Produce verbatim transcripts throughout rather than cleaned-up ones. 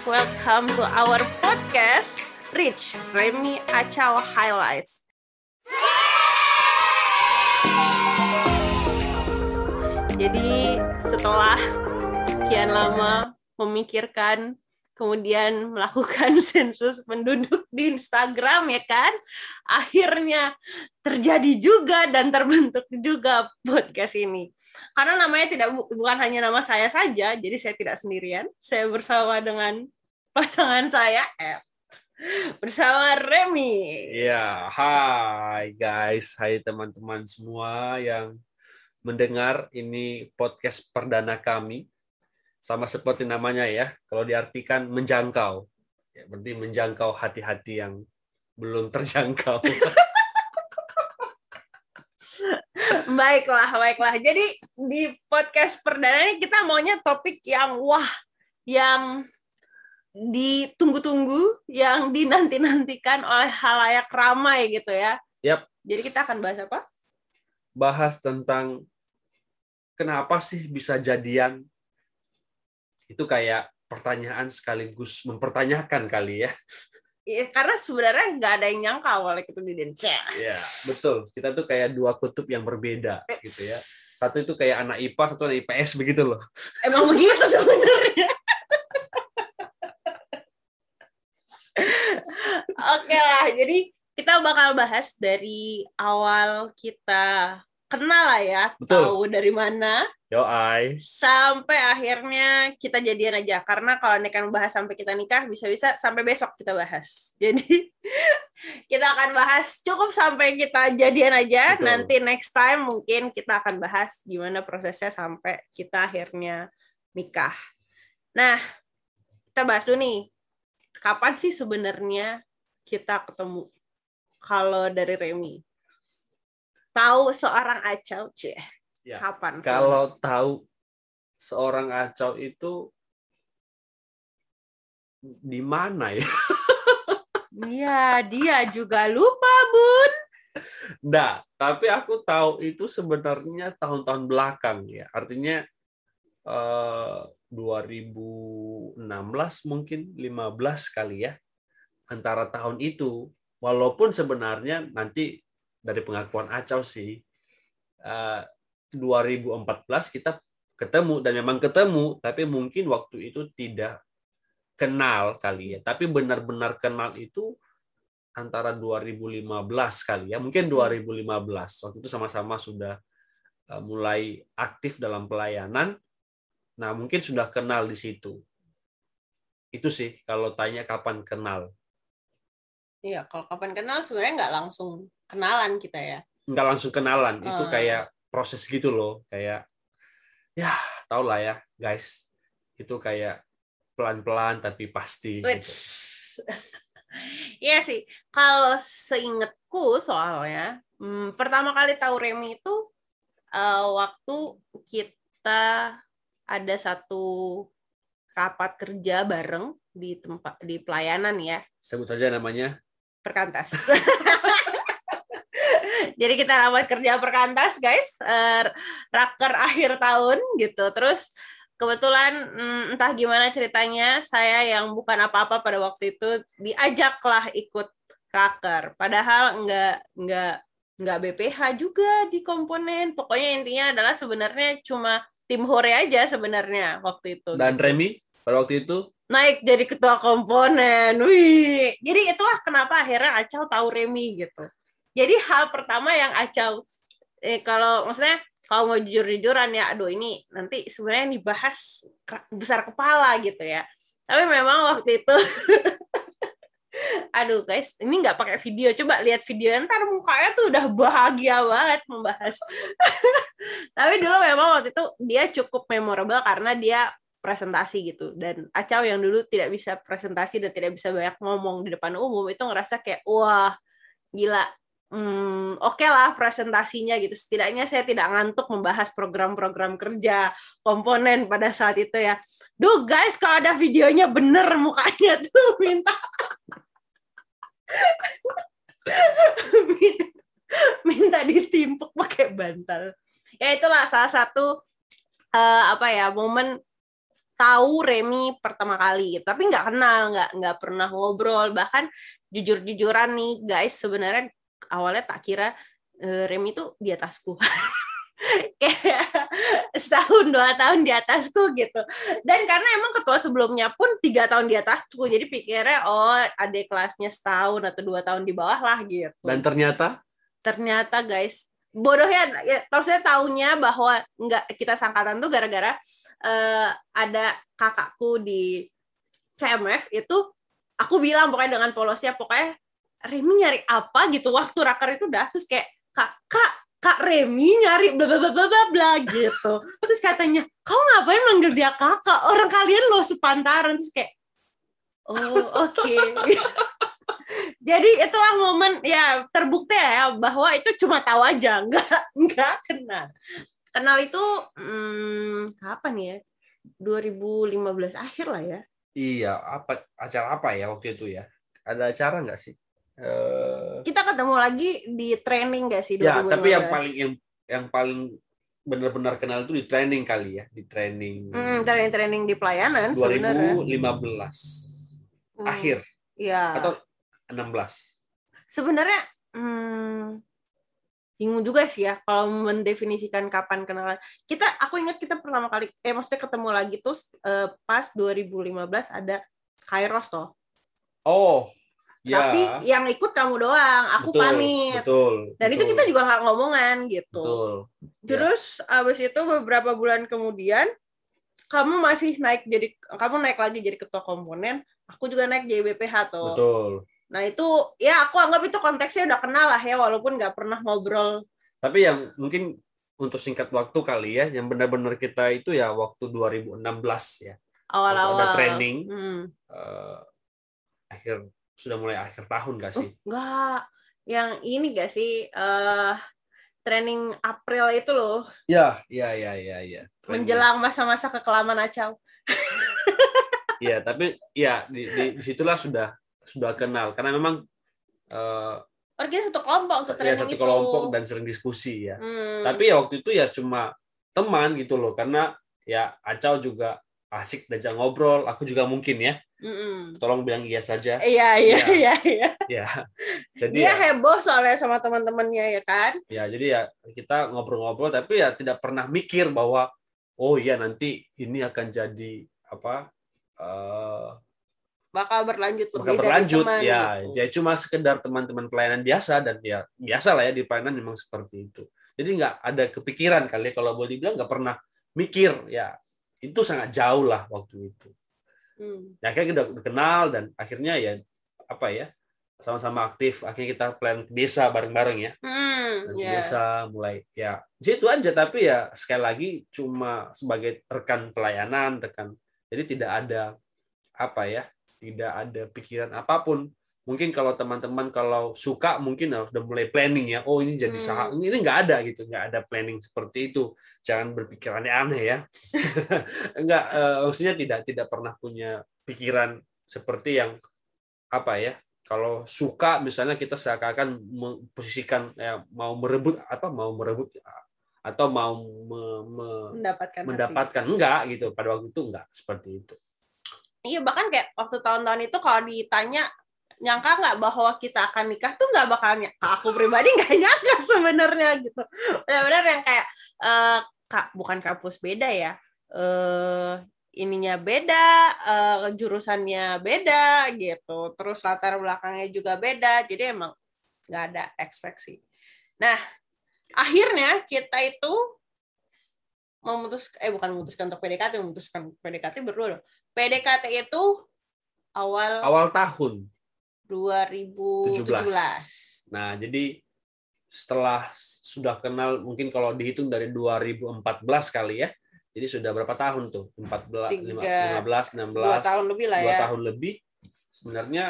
welcome to our podcast Rich Remy Acau Highlights. Jadi setelah sekian lama memikirkan, kemudian melakukan sensus penduduk di Instagram, ya kan, akhirnya terjadi juga dan terbentuk juga podcast ini. Karena namanya tidak bukan hanya nama saya saja, jadi saya tidak sendirian. Saya bersama dengan pasangan saya, Ed, bersama Remy. Ya, hai guys, hai teman-teman semua yang mendengar ini podcast perdana kami. Sama seperti namanya ya, kalau diartikan menjangkau, ya, berarti menjangkau hati-hati yang belum terjangkau. Baiklah, baiklah. Jadi di podcast perdana ini kita maunya topik yang wah, yang ditunggu-tunggu, yang dinanti-nantikan oleh halayak ramai gitu ya. Yap. Jadi kita akan bahas apa? Bahas tentang kenapa sih bisa jadian. Itu kayak pertanyaan sekaligus mempertanyakan kali ya. Ya, karena sebenarnya nggak ada yang nyangka awalnya kita di Denca. Iya, betul. Kita tuh kayak dua kutub yang berbeda gitu ya. Satu itu kayak anak I P A, satu anak I P S begitu loh. Emang begitu sebenarnya. Oke lah, jadi kita bakal bahas dari awal kita kenal lah ya, betul. Tahu dari mana. Yo, ai. Sampai akhirnya kita jadian aja. Karena kalau nikah bahas sampai kita nikah, bisa-bisa sampai besok kita bahas. Jadi kita akan bahas cukup sampai kita jadian aja. Betul. Nanti next time mungkin kita akan bahas gimana prosesnya sampai kita akhirnya nikah. Nah, kita bahas dulu nih. Kapan sih sebenarnya kita ketemu? Kalau dari Remy. Tahu seorang Acau, ceh. Ya. Kapan? Kalau tahu seorang Acau itu di mana ya? Iya, dia juga lupa, Bun. Nggak, tapi aku tahu itu sebenarnya tahun-tahun belakang ya. Artinya eh, dua ribu enam belas mungkin lima belas kali ya. Antara tahun itu, walaupun sebenarnya nanti dari pengakuan Acau sih eh, dua ribu empat belas kita ketemu dan memang ketemu, tapi mungkin waktu itu tidak kenal kali ya. Tapi benar-benar kenal itu antara dua ribu lima belas kali ya, mungkin dua ribu lima belas. Waktu itu sama-sama sudah uh, mulai aktif dalam pelayanan. Nah, mungkin sudah kenal di situ. Itu sih kalau tanya kapan kenal. Iya, kalau kapan kenal sebenarnya nggak langsung kenalan kita ya. Nggak langsung kenalan, hmm. itu kayak proses gitu loh, kayak ya tau lah ya guys, itu kayak pelan-pelan tapi pasti gitu. Iya sih, kalau seingetku soalnya hmm, pertama kali tahu Remy itu uh, waktu kita ada satu rapat kerja bareng di tempat di pelayanan ya, sebut saja namanya Perkantas. Jadi kita rapat kerja Perkantas, guys, uh, raker akhir tahun gitu. Terus kebetulan entah gimana ceritanya, saya yang bukan apa-apa pada waktu itu diajaklah ikut raker. Padahal enggak enggak enggak B P H juga di komponen. Pokoknya intinya adalah sebenarnya cuma tim hore aja sebenarnya waktu itu. Dan gitu. Remy pada waktu itu naik jadi ketua komponen. Wih. Jadi itulah kenapa akhirnya Acau tahu Remy gitu. Jadi hal pertama yang Acau, eh, kalau maksudnya kalau mau jujur-jujuran ya, aduh ini nanti sebenarnya dibahas besar kepala gitu ya. Tapi memang waktu itu, aduh guys, ini nggak pakai video. Coba lihat video, ntar mukanya tuh udah bahagia banget membahas. Tapi dulu memang waktu itu dia cukup memorable karena dia presentasi gitu. Dan Acau yang dulu tidak bisa presentasi dan tidak bisa banyak ngomong di depan umum, itu ngerasa kayak, wah gila. Hmm, oke okay lah presentasinya gitu. Setidaknya saya tidak ngantuk membahas program-program kerja komponen pada saat itu ya. Duh guys, kalau ada videonya bener mukanya tuh minta minta ditimpuk pakai bantal. Ya itulah salah satu uh, apa ya momen tahu Remi pertama kali, tapi nggak kenal, nggak nggak pernah ngobrol. Bahkan jujur-jujuran nih guys, sebenarnya awalnya tak kira uh, Remi tuh di atasku. Kayak setahun dua tahun di atasku gitu. Dan karena emang ketua sebelumnya pun tiga tahun di atasku, jadi pikirnya oh adik kelasnya setahun atau dua tahun di bawah lah gitu. Dan ternyata ternyata guys bodohnya ya, maksudnya taunya bahwa nggak kita sangkatan tuh gara-gara uh, ada kakakku di C M F itu, aku bilang pokoknya dengan polosnya, pokoknya Remi nyari apa gitu waktu raker itu dah, terus kayak kak kak Kak Remi nyari bla bla bla bla bla gitu. Terus katanya, kau ngapain manggil dia kakak? Orang kalian lo sepantaran. Terus kayak, oh oke. Okay. Jadi itulah momen ya terbukti ya bahwa itu cuma tahu aja, nggak nggak kenal. Kenal itu hmm, kapan ya? dua ribu lima belas akhir lah ya. Iya, apa acara apa ya waktu itu ya? Ada acara nggak sih? Uh, kita ketemu lagi di training gak sih dua ribu lima belas? Ya, tapi yang paling yang yang paling benar-benar kenal itu di training kali ya, di training. Hmm, training training di pelayanan dua ribu lima belas hmm. akhir. Ya. Atau enam belas. Sebenarnya hmm, bingung juga sih ya kalau mendefinisikan kapan kenalan. Kita aku ingat kita pertama kali eh maksudnya ketemu lagi tuh eh, pas dua ribu lima belas ada Kairos toh. Oh. Ya. Tapi yang ikut kamu doang, aku betul, pamit. Betul. Dan betul. itu kita juga nggak ngomongan gitu. Betul. Terus ya. Abis itu beberapa bulan kemudian kamu masih naik jadi kamu naik lagi jadi ketua komponen, aku juga naik jadi B P H tuh. Betul. Nah itu ya aku anggap itu konteksnya udah kenal lah ya walaupun nggak pernah ngobrol. Tapi yang mungkin untuk singkat waktu kali ya, yang benar-benar kita itu ya waktu dua ribu enam belas ya. Awal-awal. Ada training. Hmm. Uh, akhir sudah mulai akhir tahun gak sih? Oh, enggak. Yang ini gak sih uh, training April itu loh. Ya, ya, ya, ya, ya. Menjelang masa-masa kekelaman Acau. Iya, tapi ya di, di disitulah sudah sudah kenal karena memang uh, oh, kita satu kelompok untuk training ya, satu itu. kelompok dan sering diskusi ya. Hmm. Tapi ya waktu itu ya cuma teman gitu loh karena ya Acau juga asik diajak ngobrol, aku juga mungkin ya. Mm-mm. Tolong bilang iya saja. Iya iya iya iya. Ya. Jadi dia ya, heboh soalnya sama teman-temannya ya kan. Ya jadi ya kita ngobrol-ngobrol tapi ya tidak pernah mikir bahwa oh iya nanti ini akan jadi apa uh, bakal berlanjut bakal lebih berlanjut dari teman ya. Gitu. Jadi cuma sekedar teman-teman pelayanan biasa dan ya biasa lah ya di pelayanan memang seperti itu. Jadi nggak ada kepikiran kali kalau boleh dibilang nggak pernah mikir ya itu sangat jauh lah waktu itu. Hmm. Ya, akhirnya kita udah kenal dan akhirnya ya apa ya sama-sama aktif. Akhirnya kita plan ke desa bareng-bareng ya. Hmm, dan yeah. Desa mulai ya situ aja tapi ya sekali lagi cuma sebagai rekan pelayanan, rekan. Jadi tidak ada apa ya tidak ada pikiran apapun. Mungkin kalau teman-teman kalau suka mungkin harus udah mulai planning ya. Oh ini jadi sah. Hmm. Ini nggak ada gitu, nggak ada planning seperti itu. Jangan berpikir aneh-aneh ya. Enggak, uh, maksudnya tidak tidak pernah punya pikiran seperti yang apa ya. Kalau suka misalnya kita seakan-akan memposisikan ya, mau merebut apa mau merebut atau mau me, me, mendapatkan mendapatkan hati. Enggak gitu. Pada waktu itu enggak seperti itu. Iya bahkan kayak waktu tahun-tahun itu kalau ditanya nyangka nggak bahwa kita akan nikah tuh nggak bakal nyangka. Aku pribadi nggak nyangka sebenarnya gitu. Benar-benar yang kayak uh, kak bukan kampus beda ya, uh, ininya beda, uh, jurusannya beda gitu. Terus latar belakangnya juga beda. Jadi emang nggak ada ekspektasi. Nah akhirnya kita itu memutuskan, eh bukan memutuskan untuk P D K T, memutuskan P D K T berdua dong. P D K T itu awal awal tahun dua ribu tujuh belas. Nah, jadi setelah sudah kenal mungkin kalau dihitung dari dua ribu empat belas kali ya. Jadi sudah berapa tahun tuh? empat belas, lima belas, enam belas. dua tahun lebih lah ya. dua tahun lebih. Sebenarnya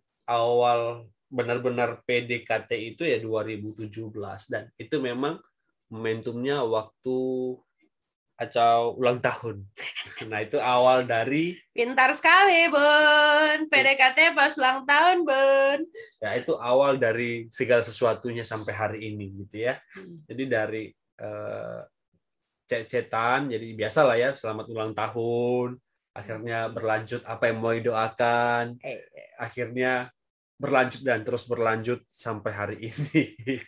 awal benar-benar P D K T itu ya dua ribu tujuh belas dan itu memang momentumnya waktu Acau ulang tahun. Nah, itu awal dari pintar sekali, Bun. P D K T pas ulang tahun, Bun. Ya, itu awal dari segala sesuatunya sampai hari ini gitu ya. Hmm. Jadi dari uh, cet-cetan, jadi biasa lah ya, selamat ulang tahun. akhirnya berlanjut apa yang mau didoakan, akhirnya berlanjut dan terus berlanjut sampai hari ini.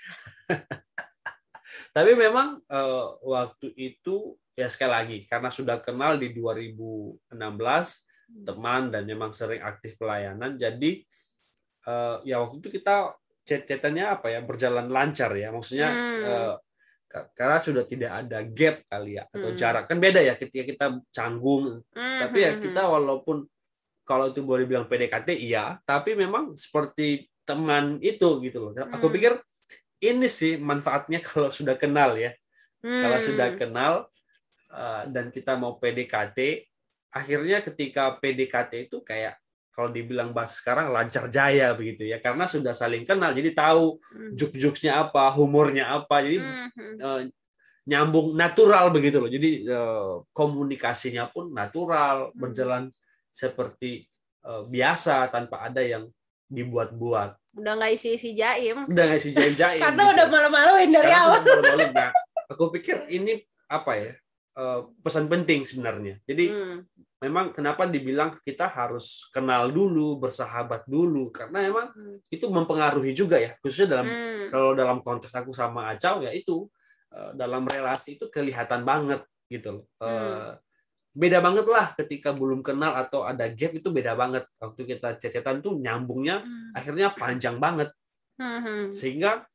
Tapi memang uh, waktu itu ya sekali lagi karena sudah kenal di dua ribu enam belas teman dan memang sering aktif pelayanan, jadi uh, ya waktu itu kita chat-chatannya apa ya berjalan lancar ya, maksudnya hmm. uh, karena sudah tidak ada gap kali ya atau hmm. jarak, kan beda ya ketika kita canggung, hmm. tapi ya kita walaupun kalau itu boleh bilang P D K T iya, tapi memang seperti teman itu gitu loh. Hmm. Aku pikir ini sih manfaatnya kalau sudah kenal ya. Hmm. Kalau sudah kenal uh, dan kita mau P D K T, akhirnya ketika P D K T itu kayak kalau dibilang bahasa sekarang lancar jaya begitu ya, karena sudah saling kenal, jadi tahu hmm. juk-juknya apa, humornya apa, jadi hmm. uh, nyambung natural begitu loh. Jadi uh, komunikasinya pun natural, hmm. berjalan seperti uh, biasa tanpa ada yang dibuat-buat. Udah nggak isi-isi jaim. Udah nggak isi jaim-jaim. Karena gitu. Udah malu-maluin dari Karena awal. Malu-maluin. Nah, aku pikir ini apa ya uh, pesan penting sebenarnya. Jadi hmm. memang kenapa dibilang kita harus kenal dulu, bersahabat dulu, karena memang hmm. itu mempengaruhi juga ya, khususnya dalam hmm. kalau dalam konteks aku sama Acau ya itu uh, dalam relasi itu kelihatan banget gitu loh. Hmm. Uh, beda banget lah ketika belum kenal atau ada gap, itu beda banget. Waktu kita chat-chatan tuh nyambungnya hmm. akhirnya panjang banget. Hmm. Sehingga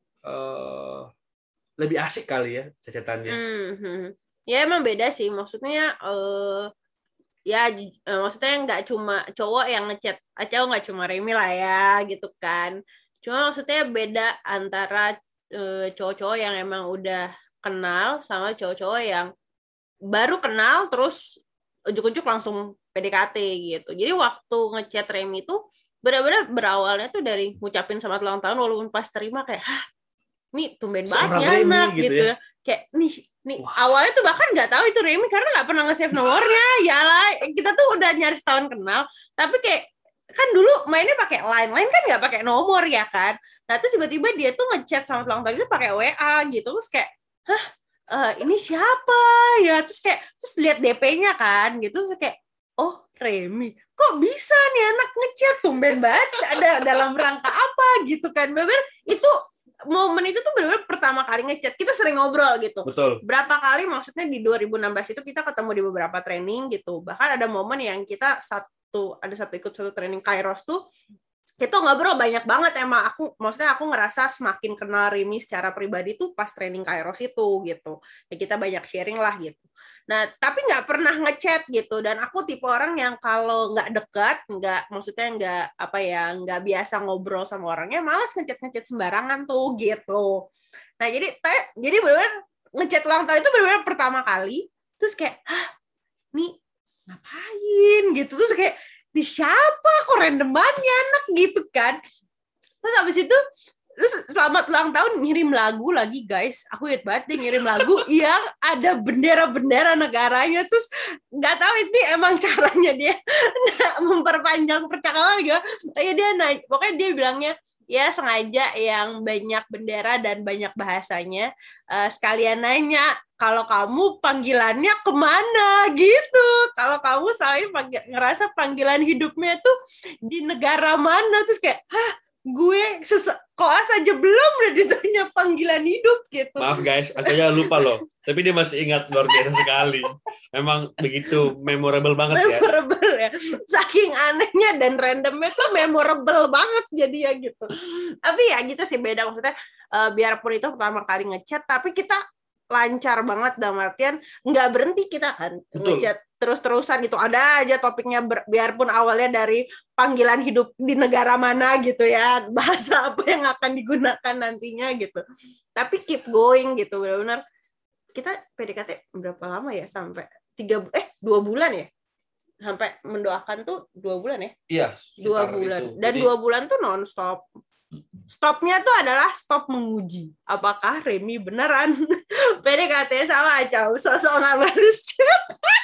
uh, lebih asik kali ya chat-chatannya. Hmm. Ya emang beda sih. Maksudnya uh, ya uh, maksudnya nggak cuma cowok yang ngechat Acau, nggak cuma Remi lah ya gitu kan. Cuma maksudnya beda antara uh, cowok-cowok yang emang udah kenal sama cowok-cowok yang baru kenal terus ujuk-ujuk langsung P D K T gitu. Jadi waktu ngechat Remi itu benar-benar berawalnya tuh dari ngucapin selamat ulang tahun, walaupun pas terima kayak, hah, nih tumben banget ya anak gitu, gitu ya. Kayak nih, nih awalnya tuh bahkan nggak tahu itu Remi karena nggak pernah nge-save nomornya. Yalah, kita tuh udah nyaris tahun kenal, tapi kayak kan dulu mainnya pakai line, line kan nggak pakai nomor ya kan. Nah terus tiba-tiba dia tuh ngechat selamat ulang tahun itu pakai W A gitu, terus kayak, hah, Uh, ini siapa ya, terus kayak terus lihat D P-nya kan gitu, terus kayak oh Remi, kok bisa nih anak ngechat tumben banget, ada dalam rangka apa gitu kan. Bener itu momen itu tuh bener-bener pertama kali ngechat, kita sering ngobrol gitu. Betul. Berapa kali maksudnya di dua ribu enam belas itu kita ketemu di beberapa training gitu, bahkan ada momen yang kita satu ada satu ikut satu training Kairos tuh itu ngobrol banyak banget. Emang aku maksudnya aku ngerasa semakin kenal Remi secara pribadi tuh pas training Kairos itu gitu ya, kita banyak sharing lah gitu. Nah tapi nggak pernah ngechat gitu, dan aku tipe orang yang kalau nggak dekat, nggak maksudnya nggak apa ya nggak biasa ngobrol sama orangnya, malas ngechat ngechat sembarangan tuh gitu. Nah jadi te- jadi benar-benar ngechat ulang tahun itu benar-benar pertama kali, terus kayak hah nih ngapain gitu, terus kayak di siapa kok random banget anak gitu kan. Terus habis itu terus selamat ulang tahun ngirim lagu lagi guys, aku ingat banget dia ngirim lagu yang ada bendera-bendera negaranya, terus nggak tahu ini emang caranya dia memperpanjang percakapan gitu. Kayak dia naik, pokoknya dia bilangnya ya sengaja yang banyak bendera dan banyak bahasanya, uh, sekalian nanya kalau kamu panggilannya kemana gitu, kalau kamu soalnya panggil, ngerasa panggilan hidupnya tuh di negara mana, terus kayak hah gue ses- koas aja belum udah ditanya panggilan hidup gitu. Maaf guys, aku aja lupa loh, tapi dia masih ingat, luar biasa sekali. Memang begitu memorable banget ya. Memorable ya, saking anehnya dan randomnya tuh memorable banget jadi ya gitu. Tapi ya gitu sih beda, maksudnya uh, biarpun itu pertama kali ngechat, tapi kita lancar banget dalam artian nggak berhenti kita kan ngechat terus-terusan gitu, ada aja topiknya ber, biarpun awalnya dari panggilan hidup di negara mana gitu ya, bahasa apa yang akan digunakan nantinya gitu, tapi keep going gitu. Benar-benar kita P D K T berapa lama ya, sampai tiga eh dua bulan ya, sampai mendoakan tuh dua bulan ya. Iya, dua bulan itu. Dan Jadi, dua bulan tuh non-stop. Stopnya tuh adalah stop menguji apakah Remi beneran P D K T sama Acau, sosok nggak balas chat.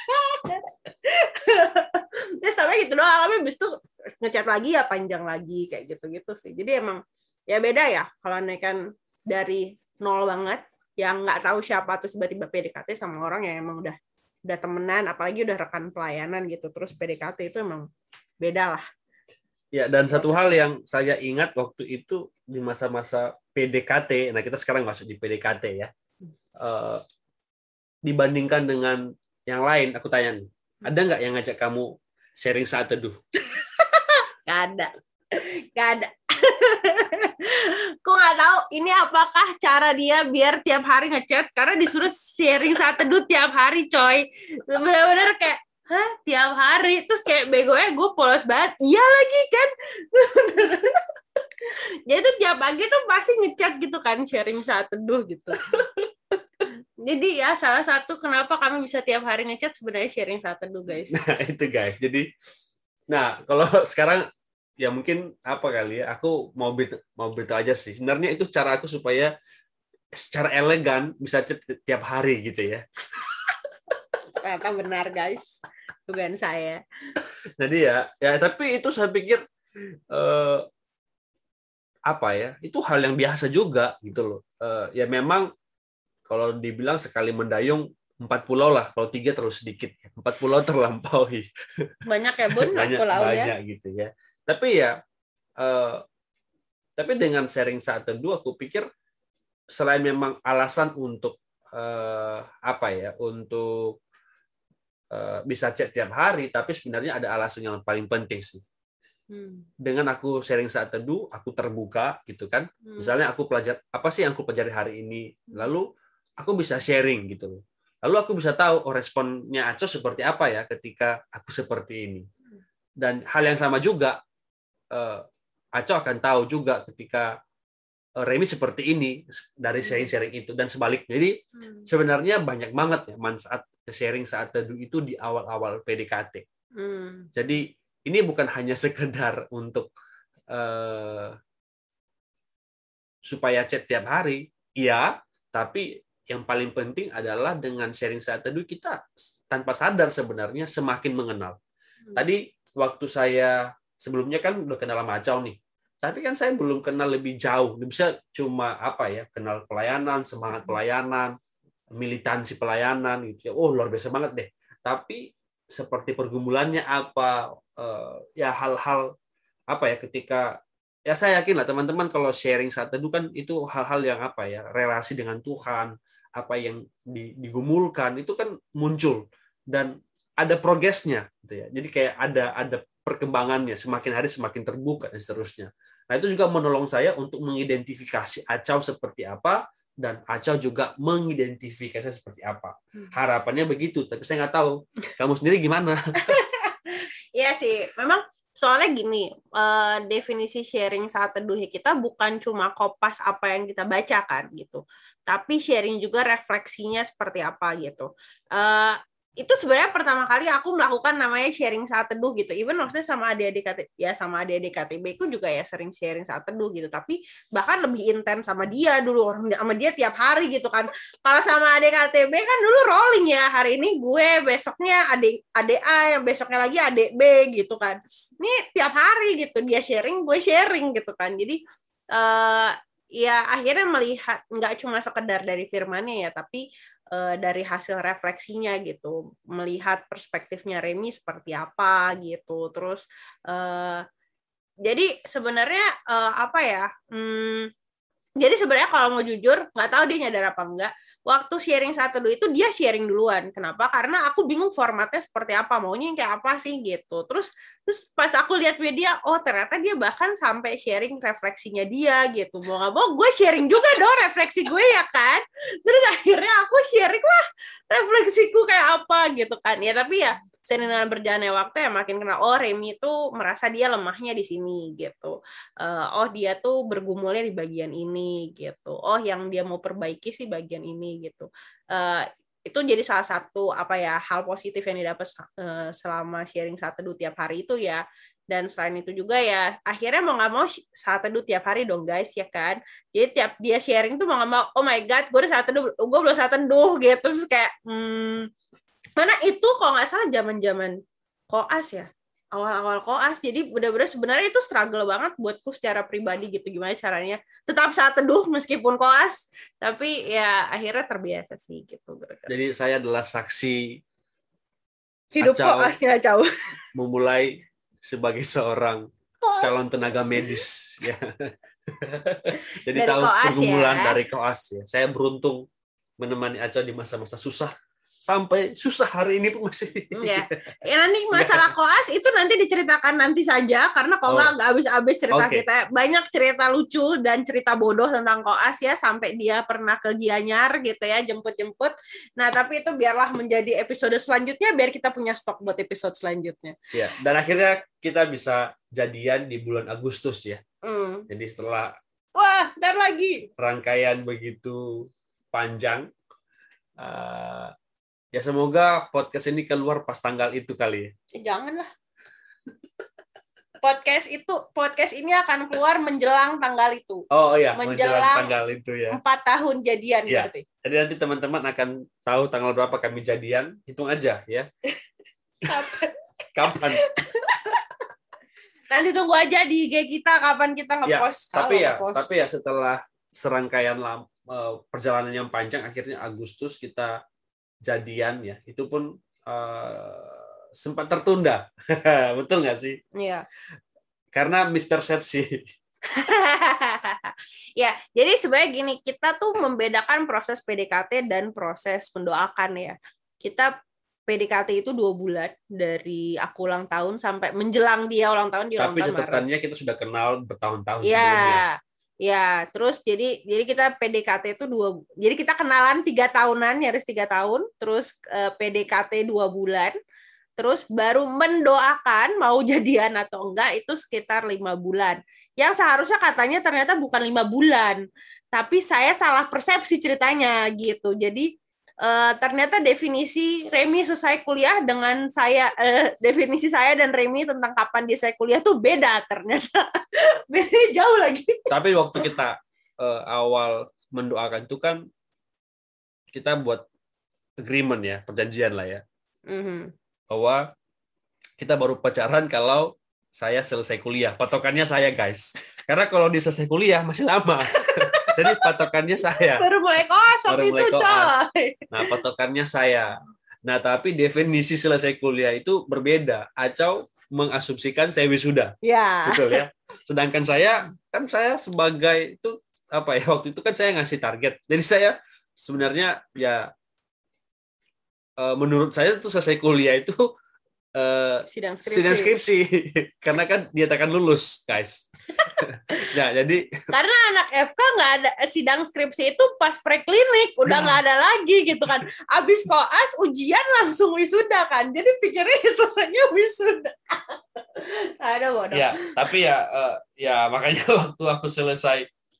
Terus sampai gitu doang, tapi abis itu ngechat lagi ya panjang lagi kayak gitu-gitu sih. Jadi emang ya beda ya kalau naikkan dari nol banget yang nggak tahu siapa terus tiba-tiba P D K T sama orang yang emang udah udah temenan, apalagi udah rekan pelayanan gitu, terus P D K T itu emang beda lah. Ya, dan satu hal yang saya ingat waktu itu di masa-masa P D K T, nah kita sekarang masuk di P D K T ya, uh, dibandingkan dengan yang lain, aku tanya nih, ada nggak yang ngajak kamu sharing saat teduh? Gak ada, gak ada. Aku nggak tahu ini apakah cara dia biar tiap hari ngechat, karena disuruh sharing saat teduh tiap hari, coy. Bener-bener kayak, hah, tiap hari? Terus kayak begonya gue polos banget. Iya lagi kan. Jadi tuh tiap pagi tuh pasti ngechat gitu kan, sharing saat teduh gitu. Jadi ya salah satu kenapa kami bisa tiap hari ngechat sebenarnya sharing saat teduh, guys. Nah itu guys, jadi nah kalau sekarang ya mungkin apa kali ya, aku mau bet mau betul aja sih. Sebenarnya itu cara aku supaya secara elegan bisa chat tiap hari gitu ya. Ternyata benar guys, bukan saya. Jadi ya, ya tapi itu saya pikir eh, apa ya? Itu hal yang biasa juga gitu loh. Eh, ya memang kalau dibilang sekali mendayung empat pulau lah, kalau tiga terlalu sedikit, empat pulau terlampaui. Banyak ya Bun, banyak pulaunya. banyak gitu ya. Tapi ya, eh, tapi dengan sharing saat teduh, aku pikir selain memang alasan untuk eh, apa ya, untuk eh, bisa chat tiap hari, tapi sebenarnya ada alasan yang paling penting sih. Hmm. Dengan aku sharing saat teduh, aku terbuka gitu kan. Hmm. Misalnya aku pelajar apa sih yang aku pelajari hari ini, lalu aku bisa sharing gitu. Lalu aku bisa tahu oh responnya Aco seperti apa ya ketika aku seperti ini. Dan hal yang sama juga. Uh, Aco akan tahu juga ketika uh, Remi seperti ini dari sharing-sharing itu dan sebaliknya. Jadi hmm. sebenarnya banyak banget ya manfaat sharing saat teduh itu di awal-awal P D K T. Hmm. Jadi ini bukan hanya sekedar untuk uh, supaya chat tiap hari, iya, tapi yang paling penting adalah dengan sharing saat teduh kita tanpa sadar sebenarnya semakin mengenal. Hmm. Tadi waktu saya sebelumnya kan udah kenal sama Acau nih. Tapi kan saya belum kenal lebih jauh. Bisa cuma apa ya, kenal pelayanan, semangat pelayanan, militansi pelayanan gitu ya. Oh, luar biasa banget deh. Tapi seperti pergumulannya apa uh, ya hal-hal apa ya ketika ya saya yakin lah teman-teman kalau sharing saat teduh kan itu hal-hal yang apa ya, relasi dengan Tuhan, apa yang digumulkan itu kan muncul dan ada progresnya gitu ya. Jadi kayak ada ada perkembangannya, semakin hari semakin terbuka dan seterusnya. Nah, itu juga menolong saya untuk mengidentifikasi Acau seperti apa, dan Acau juga mengidentifikasi seperti apa. Harapannya begitu, tapi saya nggak tahu. Kamu sendiri gimana? Iya sih, memang soalnya gini, uh, definisi sharing saat teduhnya kita bukan cuma kopas apa yang kita baca kan, gitu. Tapi sharing juga refleksinya seperti apa, gitu. Uh, itu sebenarnya pertama kali aku melakukan namanya sharing saat teduh gitu. Even maksudnya sama adik-adik ya sama adik-adik K T B ku juga ya sering sharing saat teduh gitu. Tapi bahkan lebih intens sama dia dulu, orang sama dia tiap hari gitu kan. Kalau sama adik K T B kan dulu rolling ya. Hari ini gue, besoknya adik adik A, yang besoknya lagi adik B gitu kan. Ini tiap hari gitu dia sharing, gue sharing gitu kan. Jadi uh, ya akhirnya melihat nggak cuma sekedar dari firmannya ya, tapi Uh, dari hasil refleksinya gitu, melihat perspektifnya Remi seperti apa gitu, terus uh, jadi sebenarnya uh, apa ya, hmm, jadi sebenarnya kalau mau jujur nggak tahu dia nyadar apa enggak, waktu sharing saat teduh itu dia sharing duluan. Kenapa? Karena aku bingung formatnya seperti apa, maunya yang kayak apa sih gitu. Terus terus pas aku lihat media, oh ternyata dia bahkan sampai sharing refleksinya dia gitu. Mau nggak mau gue sharing juga dong refleksi gue ya kan. Terus akhirnya aku sharing lah refleksiku kayak apa gitu kan. Ya tapi ya seiring dengan berjalannya waktu ya makin kenal, oh Remi tuh merasa dia lemahnya di sini gitu. Uh, oh dia tuh bergumulnya di bagian ini gitu. Oh yang dia mau perbaiki sih bagian ini gitu. Uh, itu jadi salah satu apa ya hal positif yang didapat uh, selama sharing saat teduh tiap hari itu ya. Dan selain itu juga ya akhirnya mau nggak mau saat teduh tiap hari dong guys ya kan. Jadi tiap dia sharing tuh mau nggak mau, oh my god gue udah saat teduh, gue belum saat teduh gitu. Terus kayak hmm, mana itu kalau nggak salah zaman-zaman koas ya, awal-awal koas. Jadi benar-benar sebenarnya itu struggle banget buatku secara pribadi gitu, gimana caranya tetap saat teduh meskipun koas, tapi ya akhirnya terbiasa sih gitu. Jadi saya adalah saksi Hidup Acau koasnya Acau. memulai sebagai seorang calon tenaga medis ya. Jadi Dari tahu koas pergumulan ya. dari koas ya. Saya beruntung menemani Acau di masa-masa susah. Sampai susah hari ini pun masih. Ya. Ya nanti masalah koas itu nanti diceritakan nanti saja karena kalau nggak Oh. nggak habis-habis cerita Oke. kita. Banyak cerita lucu dan cerita bodoh tentang koas ya sampai dia pernah ke Gianyar gitu ya jemput-jemput. Nah tapi itu biarlah menjadi episode selanjutnya biar kita punya stok buat episode selanjutnya. Ya, dan akhirnya kita bisa jadian di bulan Agustus ya. Hmm. Jadi setelah Wah, ntar lagi. rangkaian begitu panjang, uh, ya semoga podcast ini keluar pas tanggal itu kali ya. Eh, janganlah. Podcast itu podcast ini akan keluar menjelang tanggal itu. Oh iya, menjelang, menjelang tanggal itu ya. Empat tahun jadian ya. berarti. Jadi nanti teman-teman akan tahu tanggal berapa kami jadian, hitung aja ya. Kapan? Kapan? Nanti tunggu aja di I G kita kapan kita ngepost. Ya, tapi ya, ngepost. tapi ya setelah serangkaian lam, uh, perjalanan yang panjang, akhirnya Agustus kita jadian ya. Itu pun uh, sempat tertunda, betul nggak sih? Iya. Karena mispersepsi. Ya, jadi sebenarnya gini, kita tuh membedakan proses P D K T dan proses mendoakan ya. Kita P D K T itu dua bulan dari aku ulang tahun sampai menjelang dia ulang tahun di ulang Tapi tahun Maret. catatannya kita sudah kenal bertahun-tahun Ya, sebelumnya. ya. Terus jadi jadi kita P D K T itu dua, jadi kita kenalan tiga tahunan, nyaris tiga tahun. Terus eh, P D K T dua bulan. Terus baru mendoakan mau jadian atau enggak itu sekitar lima bulan. Yang seharusnya katanya ternyata bukan lima bulan, tapi saya salah persepsi ceritanya gitu. Jadi eh, ternyata definisi Remi selesai kuliah dengan saya, eh, definisi saya dan Remi tentang kapan dia selesai kuliah tuh beda ternyata. Beda jauh lagi. Tapi waktu kita uh, awal mendoakan itu kan kita buat agreement ya, perjanjian lah ya. Mm-hmm. Bahwa kita baru pacaran kalau saya selesai kuliah. Patokannya saya, guys. Karena kalau dia selesai kuliah masih lama. Jadi patokannya saya. Baru mulai koas waktu itu, coy. Nah, patokannya saya. Nah, tapi definisi selesai kuliah itu berbeda. Acau mengasumsikan saya wisuda. Ya. Betul ya. Sedangkan saya, kan saya sebagai itu apa ya, waktu itu kan saya ngasih target. Jadi saya sebenarnya ya menurut saya itu selesai kuliah itu uh, sidang skripsi. Sidang skripsi. Karena kan dinyatakan lulus, guys. Nah, jadi karena anak F K nggak ada sidang skripsi itu pas preklinik, udah nggak nah. ada lagi gitu kan. Abis koas ujian langsung wisuda kan. Jadi pikirnya selesainya wisuda. Ada bodoh. Ya, tapi ya uh, ya makanya waktu aku selesai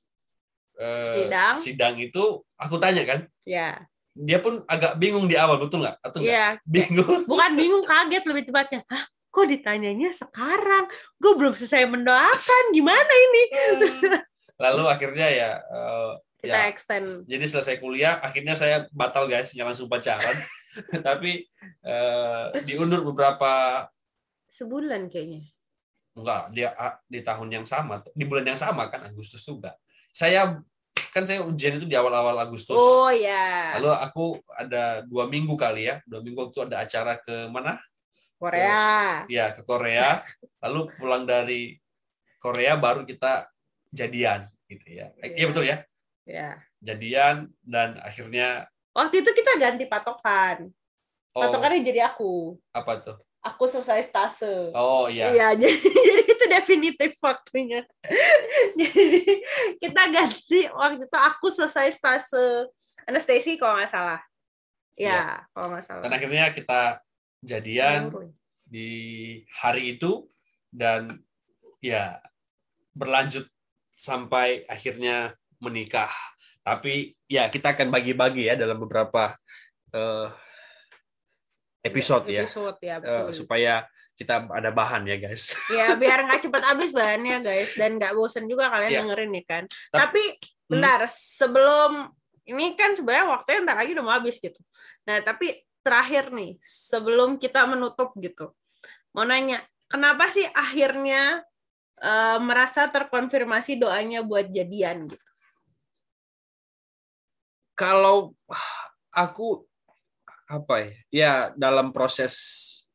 uh, sidang. sidang itu aku tanya kan. Ya. Dia pun agak bingung di awal, betul nggak? Atau yeah. bingung? Bukan bingung, kaget lebih tepatnya. Hah, kok ditanyanya sekarang? Gue belum selesai mendoakan, gimana ini? Lalu akhirnya ya, uh, kita ya, extend. Jadi selesai kuliah, akhirnya saya batal guys, jangan langsung pacaran. Tapi uh, diundur beberapa. Sebulan kayaknya. Enggak, dia di tahun yang sama, di bulan yang sama kan, Agustus juga. Saya kan saya ujian itu di awal-awal Agustus. Oh ya. Lalu aku ada dua minggu kali ya, dua minggu waktu ada acara ke mana? Korea. Ke, ya ke Korea. Lalu pulang dari Korea baru kita jadian, gitu ya. Iya ya, betul ya. Ya. Jadian dan akhirnya. Waktu itu kita ganti patokan. Oh, patokannya jadi aku. Apa tuh? Aku selesai stase. Oh iya. Iya, jadi, jadi itu definitif waktunya. Jadi kita ganti waktu itu aku selesai stase anestesi kalau nggak salah. Ya, ya. kalau nggak salah. Dan akhirnya kita jadian oh. di hari itu dan ya berlanjut sampai akhirnya menikah. Tapi ya kita akan bagi-bagi ya dalam beberapa uh, episode ya, episode, ya uh, supaya kita ada bahan ya guys. Ya biar nggak cepat habis bahannya guys dan nggak bosen juga kalian ya. dengerin nih kan. Tapi bentar hmm. sebelum ini kan sebenarnya waktunya ntar lagi udah mau habis gitu. Nah tapi terakhir nih sebelum kita menutup gitu, mau nanya kenapa sih akhirnya uh, merasa terkonfirmasi doanya buat jadian gitu? Kalau aku apa ya? Ya dalam proses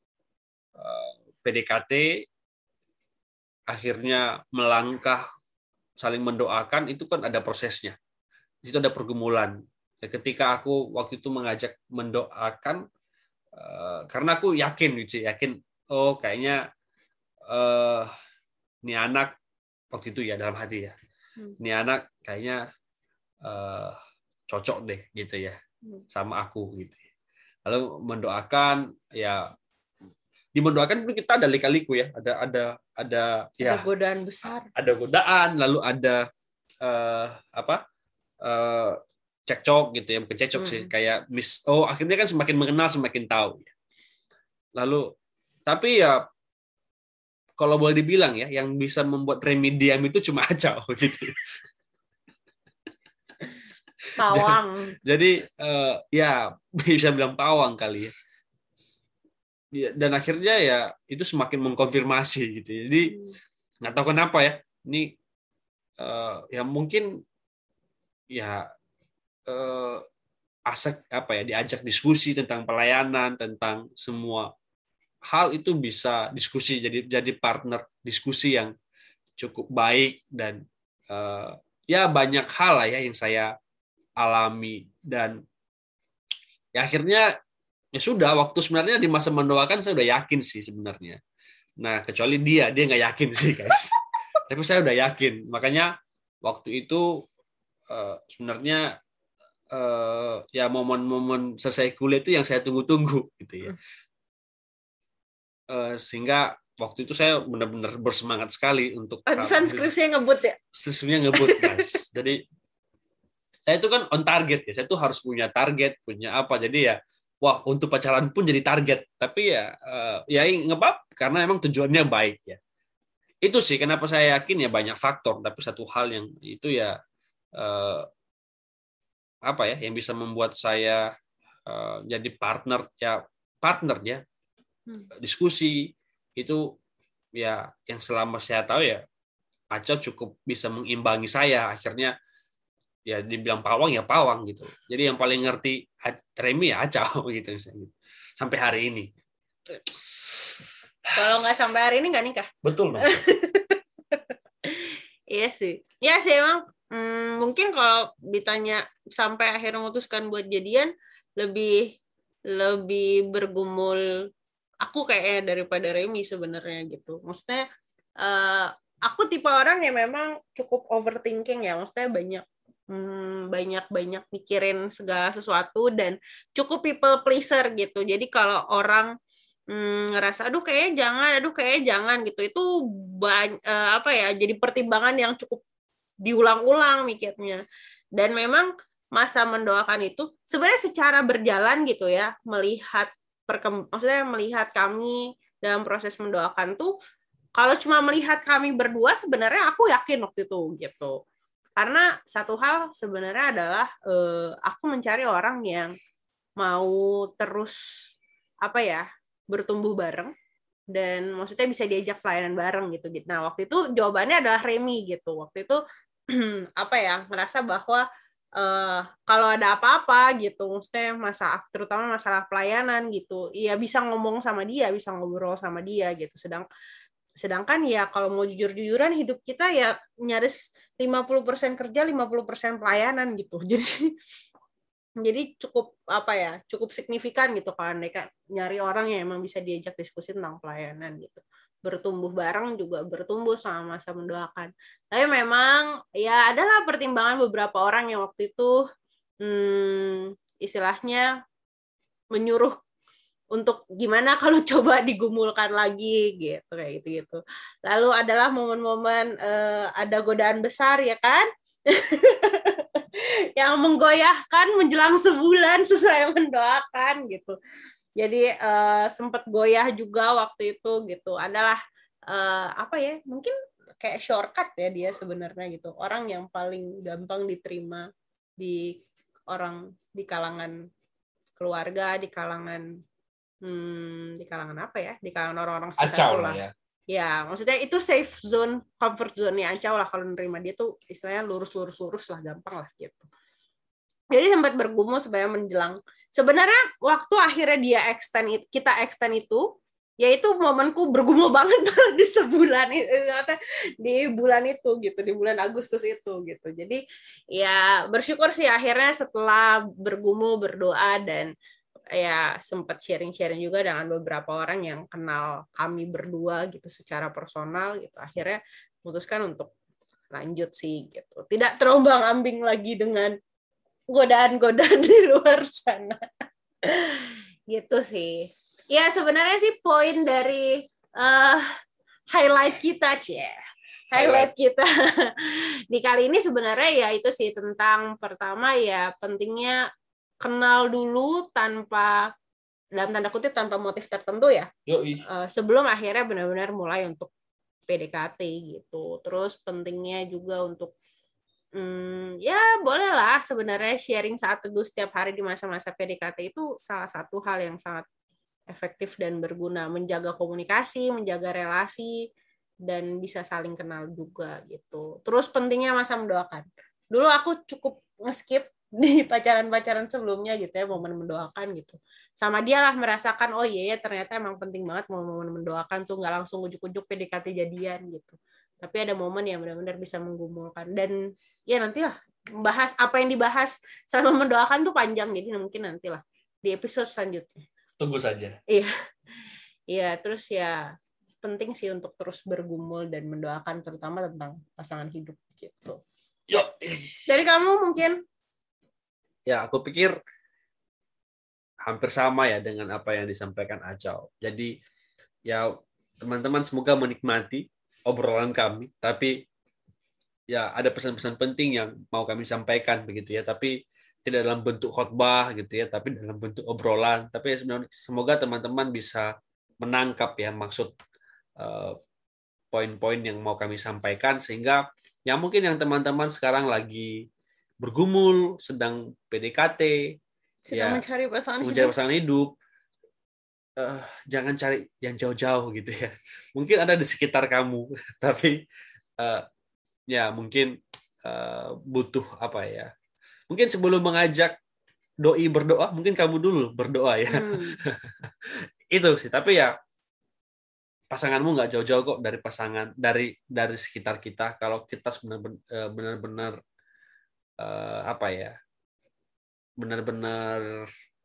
P D K T, akhirnya melangkah saling mendoakan, itu kan ada prosesnya. Di situ ada pergumulan. Ketika aku waktu itu mengajak mendoakan, karena aku yakin, gitu, yakin, oh kayaknya uh, ini anak waktu itu ya dalam hati ya, ini anak kayaknya uh, cocok deh gitu ya sama aku gitu. Lalu mendoakan ya. Di mendoakan pun kita ada lika-liku ya, ada ada ada ya ada godaan besar, ada godaan, lalu ada uh, apa uh, cekcok gitu ya, bukan cekcok hmm. sih, kayak mis oh akhirnya kan semakin mengenal semakin tahu. Lalu tapi ya kalau boleh dibilang ya, yang bisa membuat remediam itu cuma Acau gitu. Pawang. Jadi uh, ya bisa bilang pawang kali ya. Dan akhirnya ya itu semakin mengkonfirmasi gitu. Jadi nggak tahu kenapa ya. Ini uh, ya mungkin ya uh, asik apa ya diajak diskusi tentang pelayanan, tentang semua hal itu bisa diskusi, jadi jadi partner diskusi yang cukup baik, dan uh, ya banyak hal lah ya yang saya alami, dan ya akhirnya ya sudah, waktu sebenarnya di masa mendoakan saya udah yakin sih sebenarnya. Nah kecuali dia dia nggak yakin sih guys. Tapi saya udah yakin, makanya waktu itu uh, sebenarnya uh, ya momen-momen selesai kuliah itu yang saya tunggu-tunggu gitu ya. Uh, sehingga waktu itu saya benar-benar bersemangat sekali untuk Adusan skripsinya ngebut ya? Skripsinya ngebut guys. Jadi saya itu kan on target ya, saya tuh harus punya target, punya apa, jadi ya wah untuk pacaran pun jadi target, tapi ya uh, ya ngebab karena emang tujuannya baik ya. Itu sih kenapa saya yakin ya banyak faktor, tapi satu hal yang itu ya uh, apa ya yang bisa membuat saya uh, jadi partner ya partner ya hmm. diskusi itu ya yang selama saya tahu ya Acau cukup bisa mengimbangi saya, akhirnya ya dibilang pawang ya pawang gitu. Jadi yang paling ngerti Remi ya Acau gitu sampai hari ini. Kalau nggak sampai hari ini nggak nikah. Betul mas. Iya sih. Iya sih emang hmm, mungkin kalau ditanya sampai akhirnya memutuskan buat jadian lebih lebih bergumul aku kayaknya daripada Remi sebenarnya gitu. Maksudnya uh, aku tipe orang yang memang cukup overthinking ya. Maksudnya banyak Hmm, banyak-banyak mikirin segala sesuatu dan cukup people pleaser gitu. Jadi kalau orang hmm, ngerasa aduh kayaknya jangan, aduh kayaknya jangan gitu, itu banyak, uh, apa ya, jadi pertimbangan yang cukup diulang-ulang mikirnya. Dan memang masa mendoakan itu sebenarnya secara berjalan gitu ya, melihat perkemb- maksudnya melihat kami dalam proses mendoakan tuh, kalau cuma melihat kami berdua sebenarnya aku yakin waktu itu gitu. Karena satu hal sebenarnya adalah eh, aku mencari orang yang mau terus apa ya bertumbuh bareng dan maksudnya bisa diajak pelayanan bareng gitu. Nah waktu itu jawabannya adalah Remi gitu. Waktu itu apa ya merasa bahwa eh, kalau ada apa-apa gitu, maksudnya masalah terutama masalah pelayanan gitu, ya bisa ngomong sama dia, bisa ngobrol sama dia gitu. Sedang Sedangkan ya kalau mau jujur-jujuran hidup kita ya nyaris lima puluh persen kerja, lima puluh persen pelayanan gitu. Jadi jadi cukup apa ya, cukup signifikan gitu kalau mereka nyari orang yang emang bisa diajak diskusi tentang pelayanan gitu. Bertumbuh bareng juga bertumbuh sama masa mendoakan. Tapi memang ya adalah pertimbangan beberapa orang yang waktu itu hmm, istilahnya menyuruh untuk gimana kalau coba digumulkan lagi gitu kayak gitu gitu. Lalu adalah momen-momen uh, ada godaan besar ya kan, yang menggoyahkan menjelang sebulan sesuai mendoakan gitu. Jadi uh, sempat goyah juga waktu itu gitu. Adalah uh, apa ya? Mungkin kayak shortcut ya dia sebenarnya gitu. Orang yang paling gampang diterima di orang di kalangan keluarga, di kalangan Hmm, di kalangan apa ya? Di kalangan orang-orang sekitar Acau lah. Ya. Ya, maksudnya itu safe zone, comfort zone-nya Acau lah kalau nerima dia tuh istilahnya lurus-lurus-lurus lah, gampang lah gitu. Jadi sempat bergumul sebenarnya menjelang. Sebenarnya waktu akhirnya dia extend kita extend itu, ya itu momenku bergumul banget di sebulan itu, di bulan itu gitu, di bulan Agustus itu gitu. Jadi ya bersyukur sih akhirnya setelah bergumul, berdoa, dan ya sempat sharing-sharing juga dengan beberapa orang yang kenal kami berdua gitu secara personal gitu. Akhirnya memutuskan untuk lanjut sih gitu. Tidak terombang-ambing lagi dengan godaan-godaan di luar sana. Gitu sih. Ya sebenarnya sih poin dari uh, highlight kita, cie. Highlight kita di kali ini sebenarnya ya itu sih tentang pertama ya pentingnya kenal dulu tanpa, dalam tanda kutip, tanpa motif tertentu ya. Yoi. Uh, sebelum akhirnya benar-benar mulai untuk P D K T gitu. Terus pentingnya juga untuk Hmm, ya bolehlah sebenarnya sharing saat teduh setiap hari di masa-masa P D K T itu salah satu hal yang sangat efektif dan berguna, menjaga komunikasi, menjaga relasi, dan bisa saling kenal juga gitu. Terus pentingnya masa mendoakan. Dulu aku cukup nge-skip di pacaran-pacaran sebelumnya gitu ya, momen mendoakan gitu. Sama dia lah merasakan, oh iya ya ternyata emang penting banget momen mendoakan tuh, nggak langsung ujuk-ujuk P D K T jadian gitu. Tapi ada momen yang benar-benar bisa menggumulkan. Dan ya nantilah membahas apa yang dibahas selama mendoakan tuh panjang, jadi mungkin nantilah di episode selanjutnya. Tunggu saja. Iya, iya. Terus ya penting sih untuk terus bergumul dan mendoakan, terutama tentang pasangan hidup gitu. Yo. Dari kamu mungkin? Ya, aku pikir hampir sama ya dengan apa yang disampaikan Acau. Jadi ya teman-teman semoga menikmati obrolan kami, tapi ya ada pesan-pesan penting yang mau kami sampaikan begitu ya, tapi tidak dalam bentuk khotbah gitu ya, tapi dalam bentuk obrolan. Tapi semoga teman-teman bisa menangkap ya maksud uh, poin-poin yang mau kami sampaikan, sehingga ya mungkin yang teman-teman sekarang lagi bergumul, sedang P D K T, sedang ya, mencari pasangan mencari hidup, pasangan hidup uh, jangan cari yang jauh-jauh gitu ya. Mungkin ada di sekitar kamu, tapi uh, ya mungkin uh, butuh apa ya? Mungkin sebelum mengajak doi berdoa, mungkin kamu dulu berdoa ya. Hmm. Itu sih. Tapi ya pasanganmu nggak jauh-jauh kok dari pasangan dari dari sekitar kita. Kalau kita benar-benar uh, apa ya? Benar-benar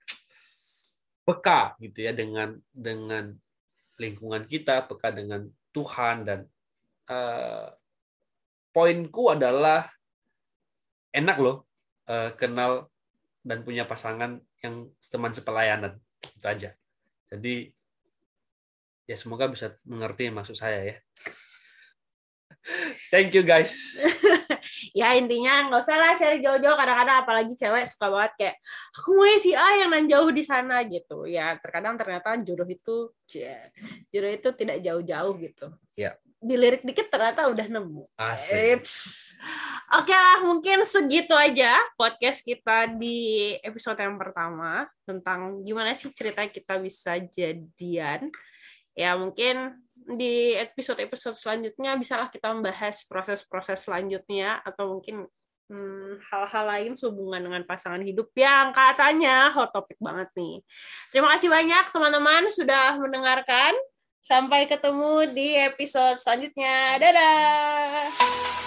peka gitu ya dengan dengan lingkungan kita, peka dengan Tuhan, dan uh, poinku adalah enak loh uh, kenal dan punya pasangan yang teman sepelayanan, itu aja. Jadi ya semoga bisa mengerti maksud saya ya. Thank you guys. Ya intinya nggak usah lah cari jauh-jauh, kadang-kadang apalagi cewek suka banget kayak aku mau si A yang nan jauh di sana gitu ya. Terkadang ternyata jodoh itu jodoh itu tidak jauh-jauh gitu ya. Dilirik dikit ternyata udah nemu. Asik. Oke lah, mungkin segitu aja podcast kita di episode yang pertama tentang gimana sih cerita kita bisa jadian. Ya mungkin di episode-episode selanjutnya bisalah kita membahas proses-proses selanjutnya, atau mungkin hmm, hal-hal lain sehubungan dengan pasangan hidup yang katanya hot topic banget nih. Terima kasih banyak teman-teman sudah mendengarkan. Sampai ketemu di episode selanjutnya. Dadah!